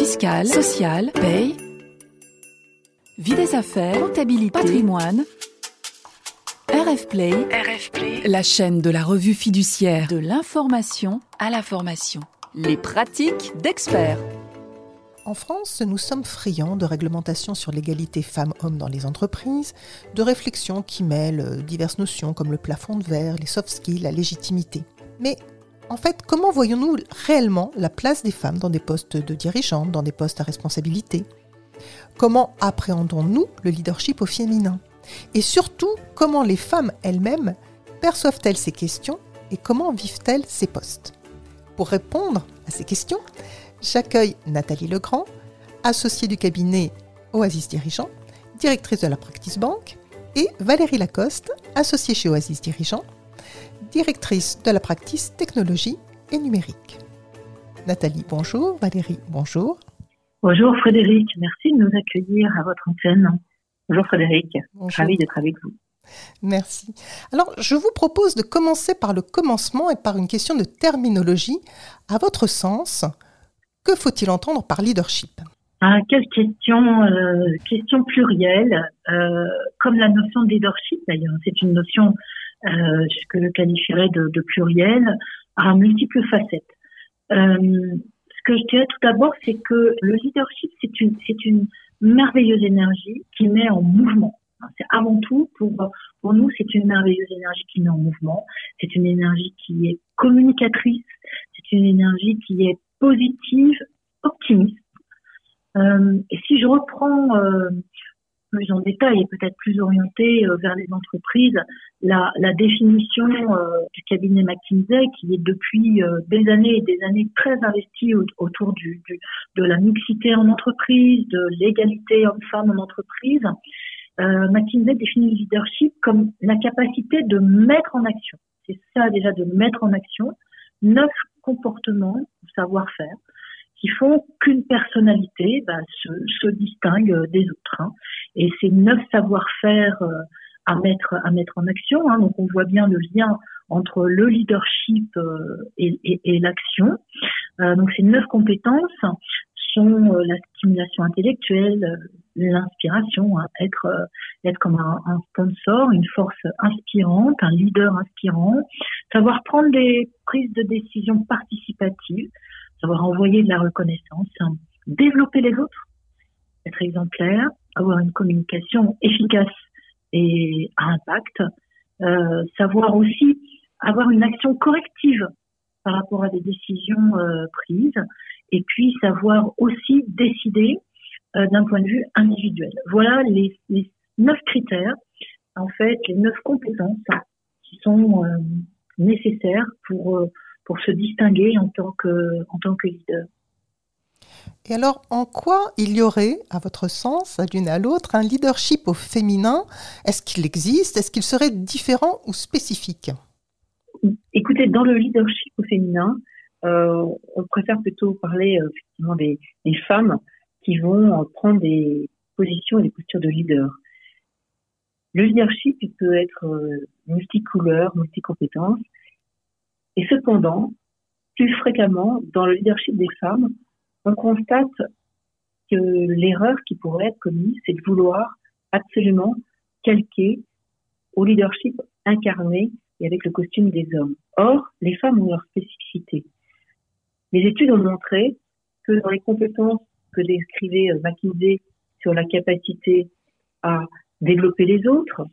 fiscale, sociale, paye, vie des affaires, comptabilité, patrimoine. RF Play, la chaîne de la revue fiduciaire de l'information à la formation. Les pratiques d'experts. En France, nous sommes friands de réglementations sur l'égalité femmes-hommes dans les entreprises, de réflexions qui mêlent diverses notions comme le plafond de verre, les soft skills, la légitimité. Mais en fait, comment voyons-nous réellement la place des femmes dans des postes de dirigeantes, dans des postes à responsabilité ? Comment appréhendons-nous le leadership au féminin ? Et surtout, comment les femmes elles-mêmes perçoivent-elles ces questions et comment vivent-elles ces postes ? Pour répondre à ces questions, j'accueille Nathalie Legrand, associée du cabinet Oasis Dirigeant, directrice de la Practice Bank, et Valérie Lacoste, associée chez Oasis Dirigeant, directrice de la Practice Technologie et Numérique. Nathalie, bonjour. Valérie, bonjour. Bonjour Frédéric, merci de nous accueillir à votre antenne. Bonjour Frédéric, ravi d'être avec vous. Merci. Alors, je vous propose de commencer par le commencement et par une question de terminologie. À votre sens, que faut-il entendre par leadership ? Ah, quelle question plurielle, comme la notion de leadership d'ailleurs. C'est une notion que je qualifierais de plurielle, à multiples facettes. Ce que je dirais tout d'abord, c'est que le leadership, c'est une merveilleuse énergie qui met en mouvement. C'est avant tout, pour nous, c'est une merveilleuse énergie qui met en mouvement. C'est une énergie qui est communicatrice. C'est une énergie qui est positive, optimiste. Et si je reprends plus en détail et peut-être plus orientée vers les entreprises, la définition du cabinet McKinsey, qui est depuis des années et des années très investi autour de la mixité en entreprise, de l'égalité homme-femme en entreprise, McKinsey définit le leadership comme la capacité de mettre en action. C'est ça déjà, de mettre en action 9 comportements ou savoir-faire qui font qu'une personnalité se distingue des autres. Hein. Et ces 9 savoir-faire à mettre en action. Hein. Donc on voit bien le lien entre le leadership et l'action. Donc ces 9 compétences sont la stimulation intellectuelle, l'inspiration, hein, être comme un sponsor, une force inspirante, un leader inspirant, savoir prendre des prises de décision participatives, savoir envoyer de la reconnaissance, hein, développer les autres, être exemplaire, avoir une communication efficace et à impact, savoir aussi avoir une action corrective par rapport à des décisions prises, et puis savoir aussi décider d'un point de vue individuel. Voilà les 9 critères, en fait, les 9 compétences qui sont nécessaires pour se distinguer en tant que leader. Et alors, en quoi il y aurait, à votre sens, d'une à l'autre, un leadership au féminin ? Est-ce qu'il existe ? Est-ce qu'il serait différent ou spécifique ? Écoutez, dans le leadership au féminin, on préfère plutôt parler effectivement des femmes qui vont prendre des positions et des postures de leader. Le leadership, il peut être multicouleur, multicompétence, et cependant, plus fréquemment, dans le leadership des femmes, on constate que l'erreur qui pourrait être commise, c'est de vouloir absolument calquer au leadership incarné et avec le costume des hommes. Or, les femmes ont leur spécificité. Les études ont montré que dans les compétences que décrivait McKinsey sur la capacité à développer les autres,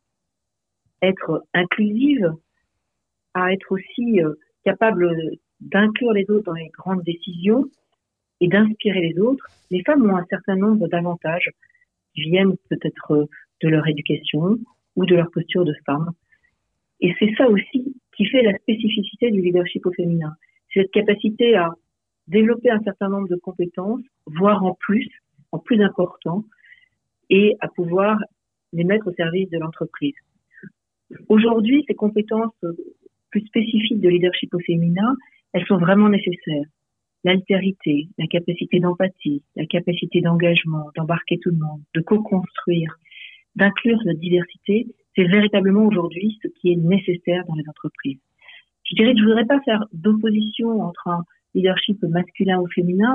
être inclusive, à être aussi capable d'inclure les autres dans les grandes décisions et d'inspirer les autres, les femmes ont un certain nombre d'avantages qui viennent peut-être de leur éducation ou de leur posture de femme. Et c'est ça aussi qui fait la spécificité du leadership au féminin. C'est cette capacité à développer un certain nombre de compétences, voire en plus important, et à pouvoir les mettre au service de l'entreprise. Aujourd'hui, ces compétences plus spécifiques de leadership au féminin, elles sont vraiment nécessaires. L'altérité, la capacité d'empathie, la capacité d'engagement, d'embarquer tout le monde, de co-construire, d'inclure la diversité, c'est véritablement aujourd'hui ce qui est nécessaire dans les entreprises. Je dirais que je ne voudrais pas faire d'opposition entre un leadership masculin ou féminin,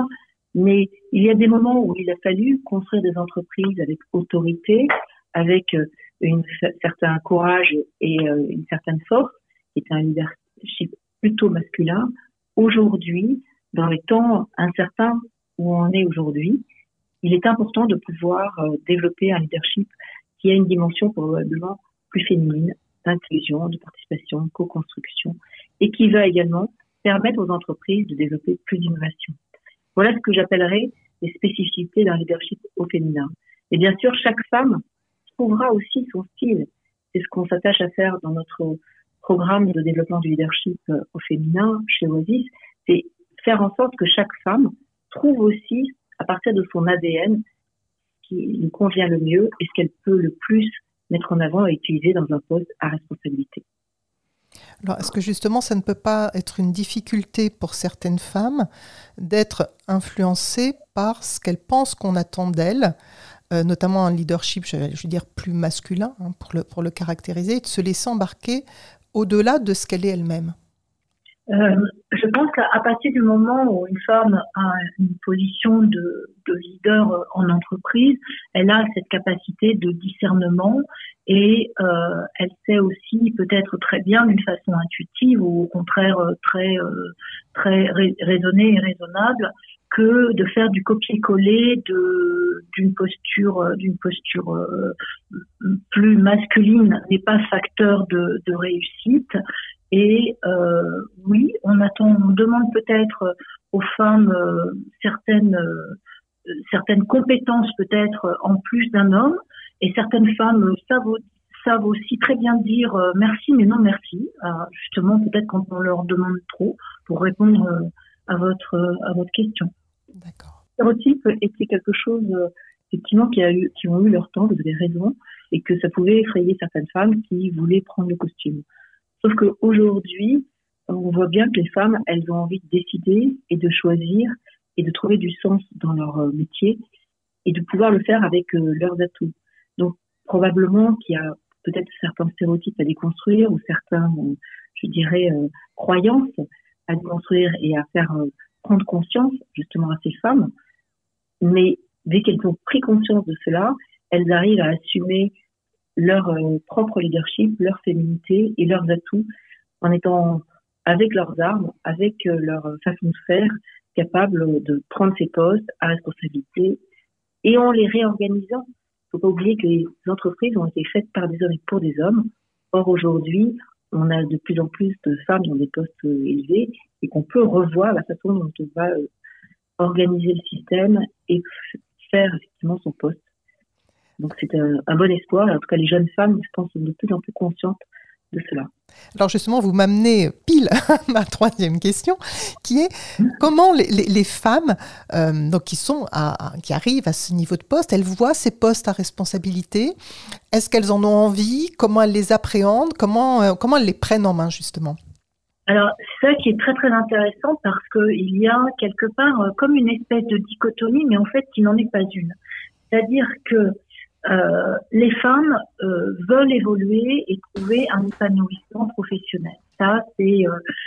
Mais il y a des moments où il a fallu construire des entreprises avec autorité, avec un certain courage et une certaine force, qui est un leadership plutôt masculin. Aujourd'hui, dans les temps incertains où on est aujourd'hui, il est important de pouvoir développer un leadership qui a une dimension probablement plus féminine, d'inclusion, de participation, de co-construction, et qui va également permettre aux entreprises de développer plus d'innovation. Voilà ce que j'appellerais les spécificités d'un leadership au féminin. Et bien sûr, chaque femme trouvera aussi son style. C'est ce qu'on s'attache à faire dans notre programme de développement du leadership au féminin chez Oasis, c'est faire en sorte que chaque femme trouve aussi, à partir de son ADN, ce qui lui convient le mieux et ce qu'elle peut le plus mettre en avant et utiliser dans un poste à responsabilité. Alors, est-ce que justement, ça ne peut pas être une difficulté pour certaines femmes d'être influencées par ce qu'elles pensent qu'on attend d'elles, notamment un leadership, je veux dire, plus masculin, pour le caractériser, et de se laisser embarquer au-delà de ce qu'elle est elle-même? Je pense qu'à partir du moment où une femme a une position de leader en entreprise, elle a cette capacité de discernement et elle sait aussi peut-être très bien d'une façon intuitive ou au contraire très raisonnée et raisonnable que de faire du copier-coller d'une posture plus masculine n'est pas facteur de réussite. Et oui, on demande peut-être aux femmes certaines compétences peut-être en plus d'un homme, et certaines femmes savent aussi très bien dire merci mais non merci, justement peut-être quand on leur demande trop, pour répondre à votre question. D'accord. Les stéréotypes étaient quelque chose effectivement qui ont eu leur temps, vous avez raison, et que ça pouvait effrayer certaines femmes qui voulaient prendre le costume. Sauf qu'aujourd'hui, on voit bien que les femmes, elles ont envie de décider et de choisir et de trouver du sens dans leur métier et de pouvoir le faire avec leurs atouts. Donc, probablement qu'il y a peut-être certains stéréotypes à déconstruire ou certains, je dirais, croyances à déconstruire et à faire prendre conscience justement à ces femmes. Mais dès qu'elles ont pris conscience de cela, elles arrivent à assumer leur propre leadership, leur féminité et leurs atouts en étant avec leurs armes, avec leur façon de faire, capables de prendre ces postes à responsabilité et en les réorganisant. Il ne faut pas oublier que les entreprises ont été faites par des hommes et pour des hommes. Or, aujourd'hui, on a de plus en plus de femmes dans des postes élevés et qu'on peut revoir la façon dont on va organiser le système et faire effectivement son poste. Donc c'est un bon espoir. En tout cas, les jeunes femmes, je pense, sont de plus en plus conscientes de cela. Alors justement, vous m'amenez pile à ma troisième question, qui est comment les femmes donc qui arrivent à ce niveau de poste, elles voient ces postes à responsabilité. Est-ce qu'elles en ont envie? Comment elles les appréhendent? Comment elles les prennent en main, justement? Alors, c'est ça qui est très très intéressant parce qu'il y a quelque part comme une espèce de dichotomie, mais en fait qui n'en est pas une. C'est-à-dire que les femmes veulent évoluer et trouver un épanouissement professionnel. Ça, c'est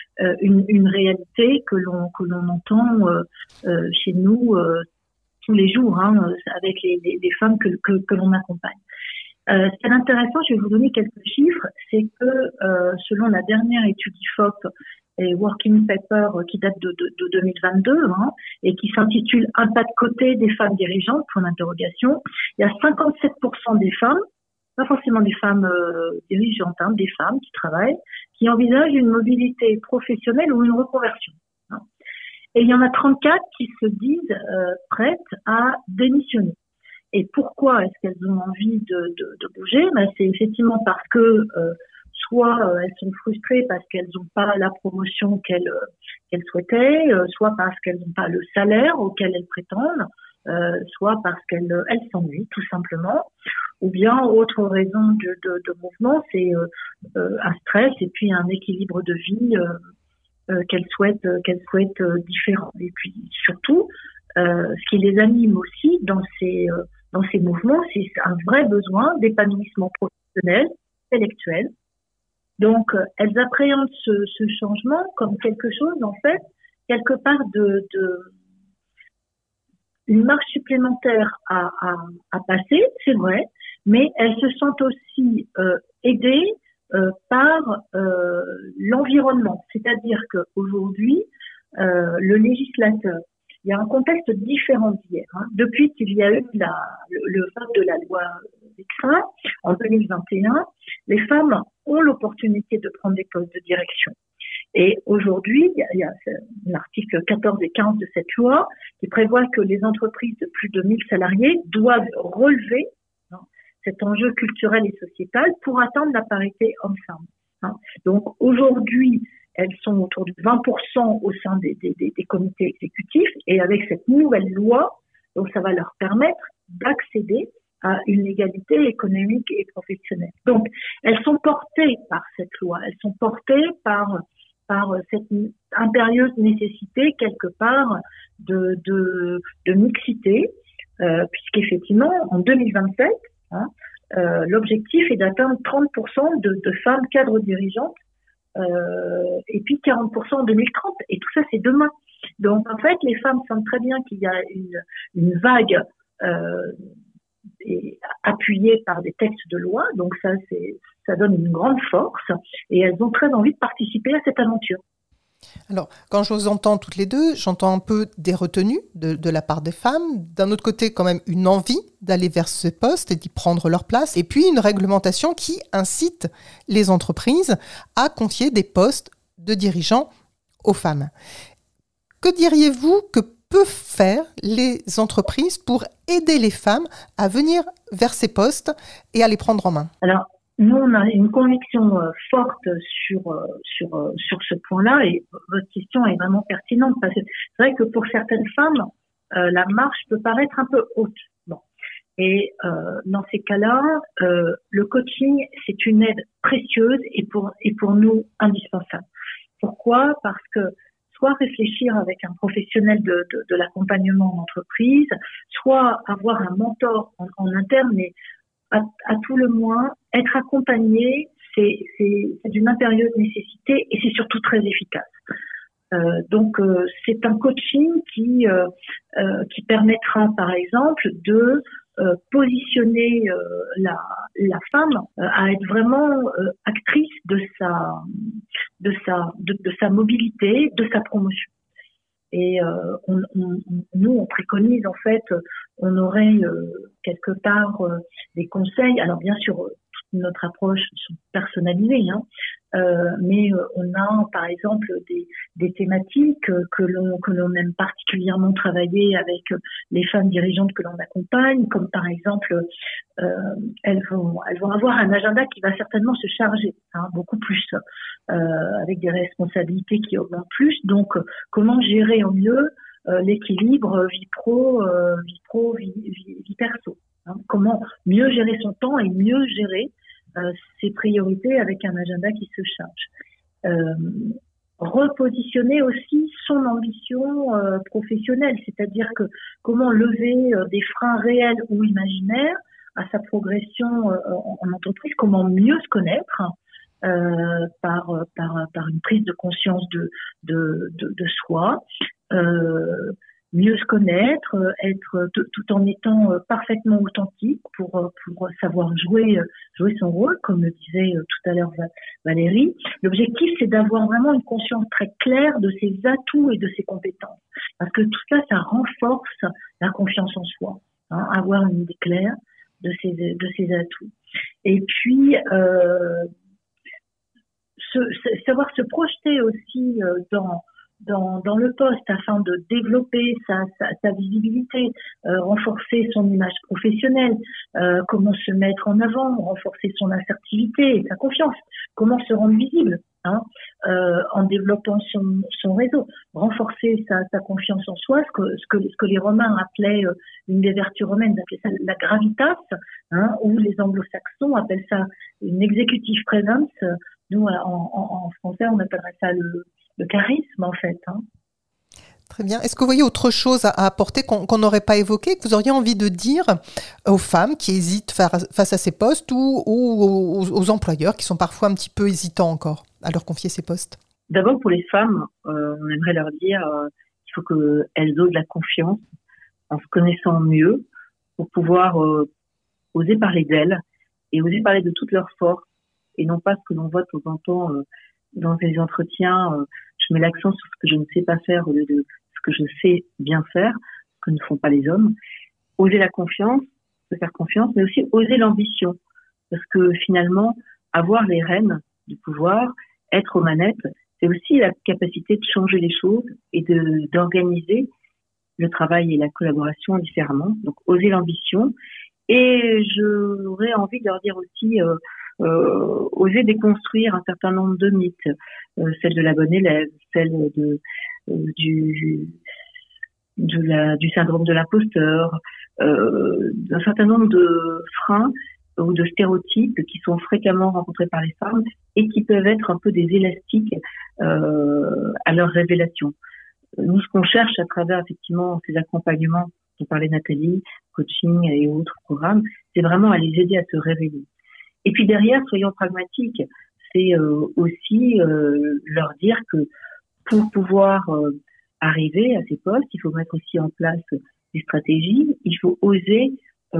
une réalité que l'on entend chez nous tous les jours, avec les femmes que l'on accompagne. Ce qui est intéressant, je vais vous donner quelques chiffres, c'est que selon la dernière étude IFOP et Working Paper qui date de 2022 et qui s'intitule « Un pas de côté des femmes dirigeantes », point d'interrogation, il y a 57% des femmes, pas forcément des femmes dirigeantes, des femmes qui travaillent, qui envisagent une mobilité professionnelle ou une reconversion. Et il y en a 34 qui se disent prêtes à démissionner. Et pourquoi est-ce qu'elles ont envie de bouger? C'est effectivement parce que soit elles sont frustrées parce qu'elles n'ont pas la promotion qu'elles souhaitaient, soit parce qu'elles n'ont pas le salaire auquel elles prétendent, soit parce qu'elles s'ennuient tout simplement, ou bien autre raison de mouvement, c'est un stress et puis un équilibre de vie qu'elles souhaitent différent. Et puis surtout, ce qui les anime aussi dans ces mouvements, c'est un vrai besoin d'épanouissement professionnel, intellectuel. Donc, elles appréhendent ce changement comme quelque chose, en fait, quelque part une marche supplémentaire à passer, c'est vrai, mais elles se sentent aussi aidées par l'environnement. C'est-à-dire qu'aujourd'hui, le législateur, il y a un contexte différent d'hier. Depuis qu'il y a eu le vote de la loi X1 en 2021, les femmes ont l'opportunité de prendre des postes de direction. Et aujourd'hui, il y a l'article 14 et 15 de cette loi qui prévoit que les entreprises de plus de 1000 salariés doivent relever cet enjeu culturel et sociétal pour atteindre la parité homme-femme. Donc aujourd'hui, elles sont autour de 20% au sein des comités exécutifs, et avec cette nouvelle loi, donc ça va leur permettre d'accéder à une égalité économique et professionnelle. Donc elles sont portées par cette loi, elles sont portées par cette impérieuse nécessité quelque part de mixité, puisqu'effectivement en 2027, l'objectif est d'atteindre 30% de femmes cadres dirigeantes, et puis 40% en 2030, et tout ça c'est demain. Donc en fait les femmes sentent très bien qu'il y a une vague appuyée par des textes de loi, donc ça donne une grande force, et elles ont très envie de participer à cette aventure. Alors, quand je vous entends toutes les deux, j'entends un peu des retenues de la part des femmes. D'un autre côté, quand même, une envie d'aller vers ce poste et d'y prendre leur place. Et puis, une réglementation qui incite les entreprises à confier des postes de dirigeants aux femmes. Que diriez-vous que peuvent faire les entreprises pour aider les femmes à venir vers ces postes et à les prendre en main ? Alors, nous, on a une conviction forte sur ce point-là, et votre question est vraiment pertinente, parce que c'est vrai que pour certaines femmes, la marche peut paraître un peu haute. Bon. Et dans ces cas-là, le coaching, c'est une aide précieuse et pour nous indispensable. Pourquoi ? Parce que soit réfléchir avec un professionnel de l'accompagnement en entreprise, soit avoir un mentor en interne, mais à tout le moins, être accompagné, c'est d'une impérieuse nécessité et c'est surtout très efficace. Donc, c'est un coaching qui permettra, par exemple, de positionner la femme à être vraiment actrice de sa mobilité, de sa promotion. Et nous, on préconise, en fait, on aurait quelque part des conseils. Alors, bien sûr, toute notre approche sont personnalisées, mais on a, par exemple, des thématiques que l'on aime particulièrement travailler avec les femmes dirigeantes que l'on accompagne, comme par exemple, elles vont avoir un agenda qui va certainement se charger, beaucoup plus, avec des responsabilités qui augmentent plus. Donc, comment gérer au mieux l'équilibre vie pro, vie perso, comment mieux gérer son temps et mieux gérer ses priorités avec un agenda qui se charge. Repositionner aussi son ambition professionnelle, c'est-à-dire que comment lever des freins réels ou imaginaires à sa progression en entreprise, comment mieux se connaître par une prise de conscience de soi, mieux se connaître, être tout en étant parfaitement authentique pour savoir jouer son rôle, comme le disait tout à l'heure Valérie. L'objectif, c'est d'avoir vraiment une conscience très claire de ses atouts et de ses compétences, parce que tout ça, ça renforce la confiance en soi, avoir une idée claire de ses atouts. Et puis savoir se projeter aussi dans le poste afin de développer sa visibilité, renforcer son image professionnelle, comment se mettre en avant, renforcer son assertivité et sa confiance, comment se rendre visible, en développant son réseau, renforcer sa confiance en soi, ce que les Romains appelaient, une des vertus romaines appelait ça la gravitas, ou les anglo-saxons appellent ça une executive presence. Nous, en français, on appellerait ça le charisme, en fait. Très bien. Est-ce que vous voyez autre chose à apporter qu'on n'aurait pas évoqué, que vous auriez envie de dire aux femmes qui hésitent face à ces postes ou aux employeurs qui sont parfois un petit peu hésitants encore à leur confier ces postes ? D'abord, pour les femmes, on aimerait leur dire qu'il faut qu'elles osent la confiance, en se connaissant mieux, pour pouvoir oser parler d'elles et oser parler de toutes leurs forces, et non pas ce que l'on voit de temps en temps dans les entretiens. Je mets l'accent sur ce que je ne sais pas faire au lieu de ce que je sais bien faire, ce que ne font pas les hommes. Oser la confiance, se faire confiance, mais aussi oser l'ambition. Parce que finalement, avoir les rênes du pouvoir, être aux manettes, c'est aussi la capacité de changer les choses et d'organiser le travail et la collaboration différemment. Donc, oser l'ambition. Et j'aurais envie de leur dire aussi, oser déconstruire un certain nombre de mythes, celle de la bonne élève, celle du syndrome de l'imposteur, d'un certain nombre de freins ou de stéréotypes qui sont fréquemment rencontrés par les femmes et qui peuvent être un peu des élastiques à leur révélation. Nous, ce qu'on cherche à travers effectivement ces accompagnements dont parlait Nathalie, coaching et autres programmes, c'est vraiment à les aider à se révéler. Et puis derrière, soyons pragmatiques, c'est aussi leur dire que pour pouvoir arriver à ces postes, il faut mettre aussi en place des stratégies, il faut oser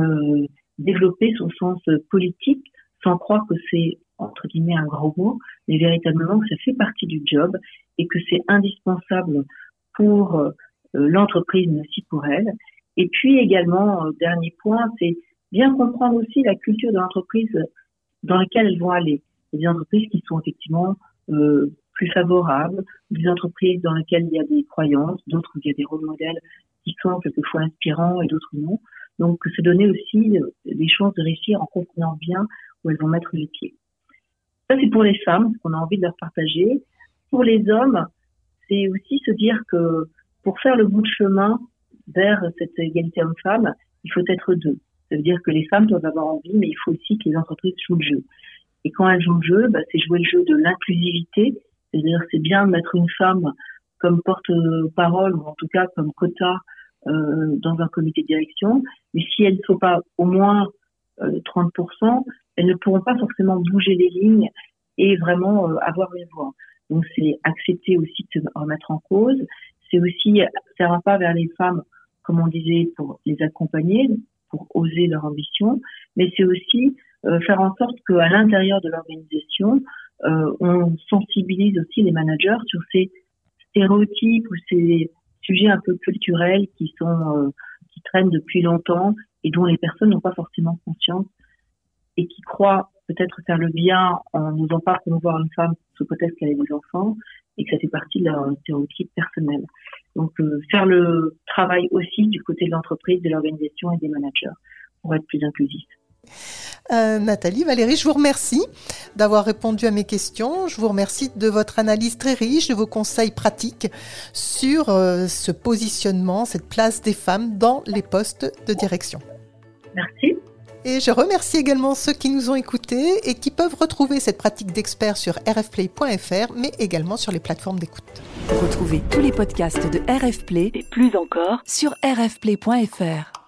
développer son sens politique sans croire que c'est, entre guillemets, un gros mot, mais véritablement que ça fait partie du job et que c'est indispensable pour l'entreprise, mais aussi pour elle. Et puis également, dernier point, c'est bien comprendre aussi la culture de l'entreprise dans laquelle elles vont aller. Il y a des entreprises qui sont effectivement plus favorables, des entreprises dans lesquelles il y a des croyances, d'autres où il y a des rôles modèles qui sont quelquefois inspirants et d'autres non. Donc, se donner aussi des chances de réussir en comprenant bien où elles vont mettre les pieds. Ça, c'est pour les femmes, qu'on a envie de leur partager. Pour les hommes, c'est aussi se dire que pour faire le bout de chemin vers cette égalité homme-femme, il faut être deux. Ça veut dire que les femmes doivent avoir envie, mais il faut aussi que les entreprises jouent le jeu. Et quand elles jouent le jeu, c'est jouer le jeu de l'inclusivité. C'est-à-dire c'est bien de mettre une femme comme porte-parole, ou en tout cas comme quota dans un comité de direction. Mais si elles ne sont pas au moins 30%, elles ne pourront pas forcément bouger les lignes et vraiment avoir une voix. Donc c'est accepter aussi de se remettre en cause. C'est aussi faire un pas vers les femmes, comme on disait, pour les accompagner, pour oser leur ambition. Mais c'est aussi faire en sorte qu'à l'intérieur de l'organisation, on sensibilise aussi les managers sur ces stéréotypes ou ces sujets un peu culturels qui traînent depuis longtemps et dont les personnes n'ont pas forcément conscience et qui croient peut-être faire le bien en n'osant pas promouvoir une femme sous prétexte qu'elle ait des enfants et que ça fait partie de leur stéréotype personnel. Donc faire le travail aussi du côté de l'entreprise, de l'organisation et des managers pour être plus inclusif. Nathalie, Valérie, je vous remercie d'avoir répondu à mes questions. Je vous remercie de votre analyse très riche, de vos conseils pratiques sur ce positionnement, cette place des femmes dans les postes de direction. Merci. Et je remercie également ceux qui nous ont écoutés et qui peuvent retrouver cette pratique d'expert sur rfplay.fr, mais également sur les plateformes d'écoute. Retrouvez tous les podcasts de RF Play et plus encore sur rfplay.fr.